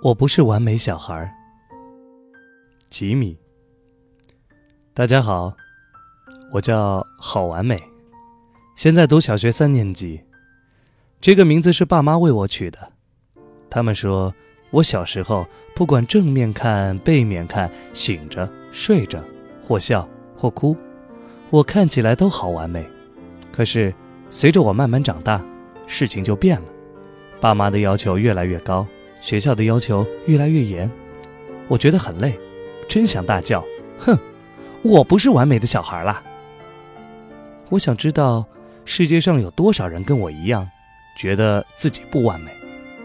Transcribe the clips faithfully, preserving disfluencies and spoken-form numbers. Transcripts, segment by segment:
我不是完美小孩。吉米。大家好，我叫郝完美，现在读小学三年级。这个名字是爸妈为我取的。他们说我小时候不管正面看背面看，醒着睡着，或笑或哭，我看起来都好完美。可是随着我慢慢长大，事情就变了。爸妈的要求越来越高，学校的要求越来越严，我觉得很累，真想大叫，哼，我不是完美的小孩啦。我想知道世界上有多少人跟我一样觉得自己不完美，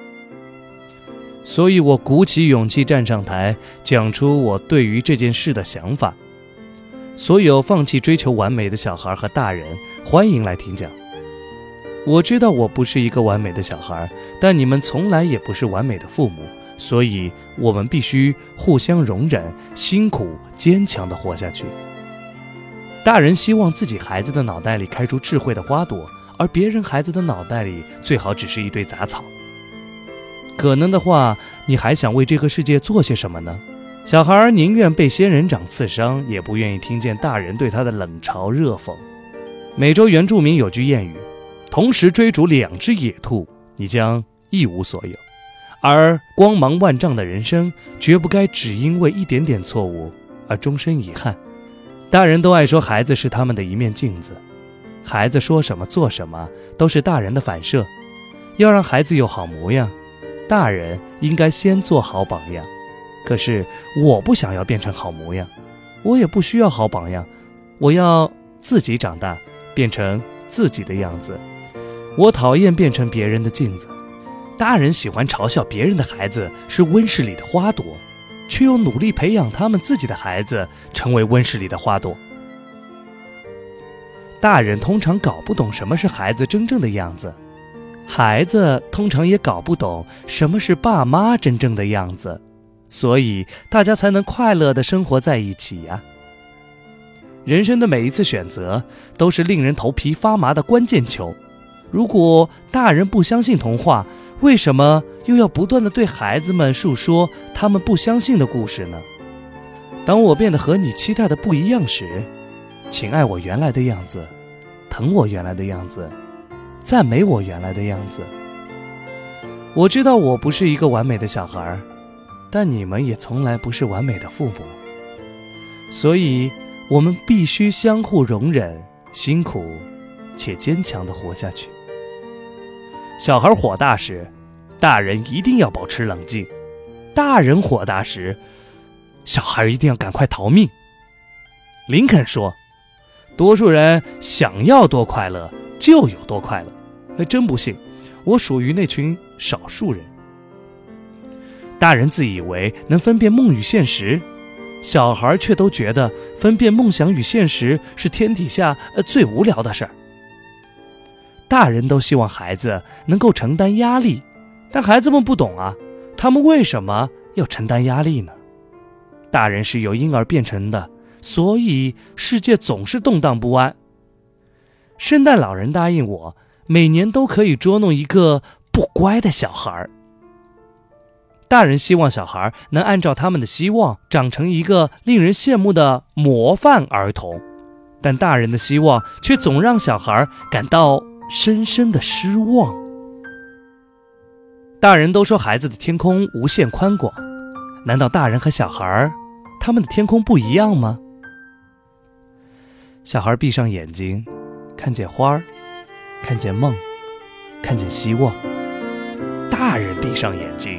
所以我鼓起勇气站上台，讲出我对于这件事的想法。所有放弃追求完美的小孩和大人，欢迎来听讲。我知道我不是一个完美的小孩，但你们从来也不是完美的父母，所以我们必须互相容忍，辛苦坚强地活下去。大人希望自己孩子的脑袋里开出智慧的花朵，而别人孩子的脑袋里最好只是一堆杂草。可能的话，你还想为这个世界做些什么呢？小孩宁愿被仙人掌刺伤，也不愿意听见大人对他的冷嘲热讽。美洲原住民有句谚语，同时追逐两只野兔，你将一无所有。而光芒万丈的人生，绝不该只因为一点点错误而终身遗憾。大人都爱说孩子是他们的一面镜子，孩子说什么做什么都是大人的反射。要让孩子有好模样，大人应该先做好榜样。可是我不想要变成好模样，我也不需要好榜样，我要自己长大，变成自己的样子。我讨厌变成别人的镜子。大人喜欢嘲笑别人的孩子是温室里的花朵，却又努力培养他们自己的孩子成为温室里的花朵。大人通常搞不懂什么是孩子真正的样子，孩子通常也搞不懂什么是爸妈真正的样子，所以大家才能快乐地生活在一起呀。人生的每一次选择都是令人头皮发麻的关键球。如果大人不相信童话，为什么又要不断地对孩子们述说他们不相信的故事呢？当我变得和你期待的不一样时，请爱我原来的样子，疼我原来的样子，赞美我原来的样子。我知道我不是一个完美的小孩，但你们也从来不是完美的父母，所以我们必须相互容忍，辛苦且坚强地活下去。小孩火大时，大人一定要保持冷静；大人火大时，小孩一定要赶快逃命。林肯说，多数人想要多快乐就有多快乐。哎，真不幸，我属于那群少数人。大人自以为能分辨梦与现实，小孩却都觉得分辨梦想与现实是天底下最无聊的事儿。大人都希望孩子能够承担压力，但孩子们不懂啊，他们为什么要承担压力呢？大人是由婴儿变成的，所以世界总是动荡不安。圣诞老人答应我，每年都可以捉弄一个不乖的小孩。大人希望小孩能按照他们的希望长成一个令人羡慕的模范儿童，但大人的希望却总让小孩感到深深的失望。大人都说孩子的天空无限宽广，难道大人和小孩他们的天空不一样吗？小孩闭上眼睛，看见花，看见梦，看见希望。大人闭上眼睛，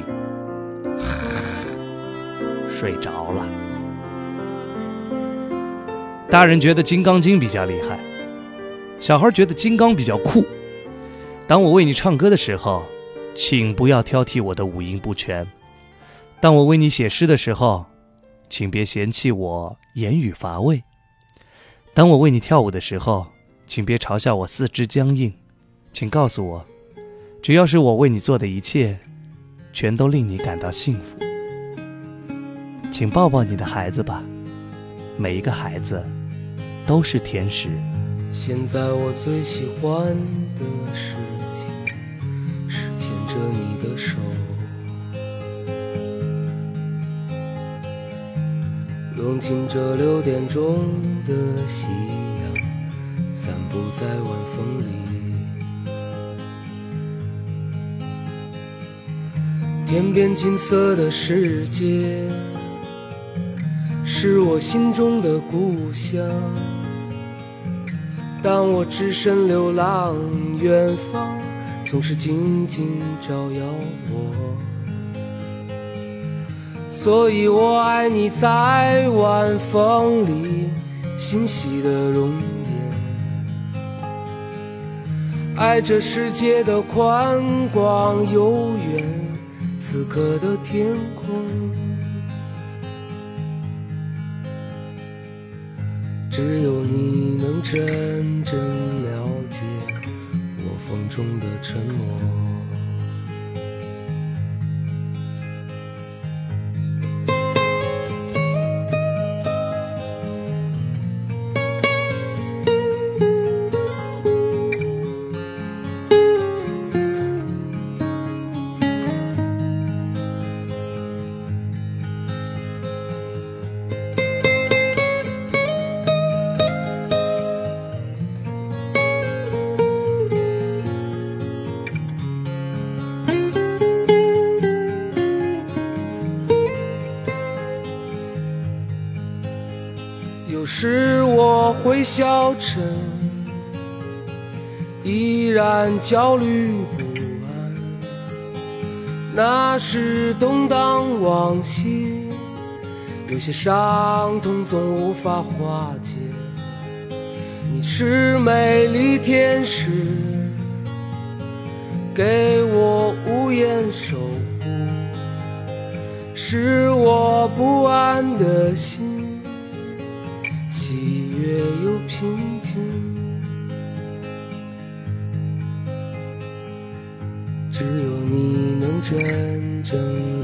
睡着了。大人觉得金刚经比较厉害，小孩觉得金刚比较酷。当我为你唱歌的时候，请不要挑剔我的五音不全；当我为你写诗的时候，请别嫌弃我言语乏味；当我为你跳舞的时候，请别嘲笑我四肢僵硬。请告诉我，只要是我为你做的一切，全都令你感到幸福。请抱抱你的孩子吧，每一个孩子都是天使。 现在我最喜欢的事情是牵着你的手， 同情着六点钟的夕阳，散步在晚风里。天边金色的世界，是我心中的故乡。当我只身流浪，远方总是静静照耀我。所以我爱你在晚风里欣喜的容颜，爱这世界的宽广悠远，此刻的天空。只有你能真正了解我风中的沉默。有时我会消沉，依然焦虑不安，那是动荡往昔，有些伤痛总无法化解。你是美丽天使，给我无言守护，是我不安的心喜悦又平静。只有你能真正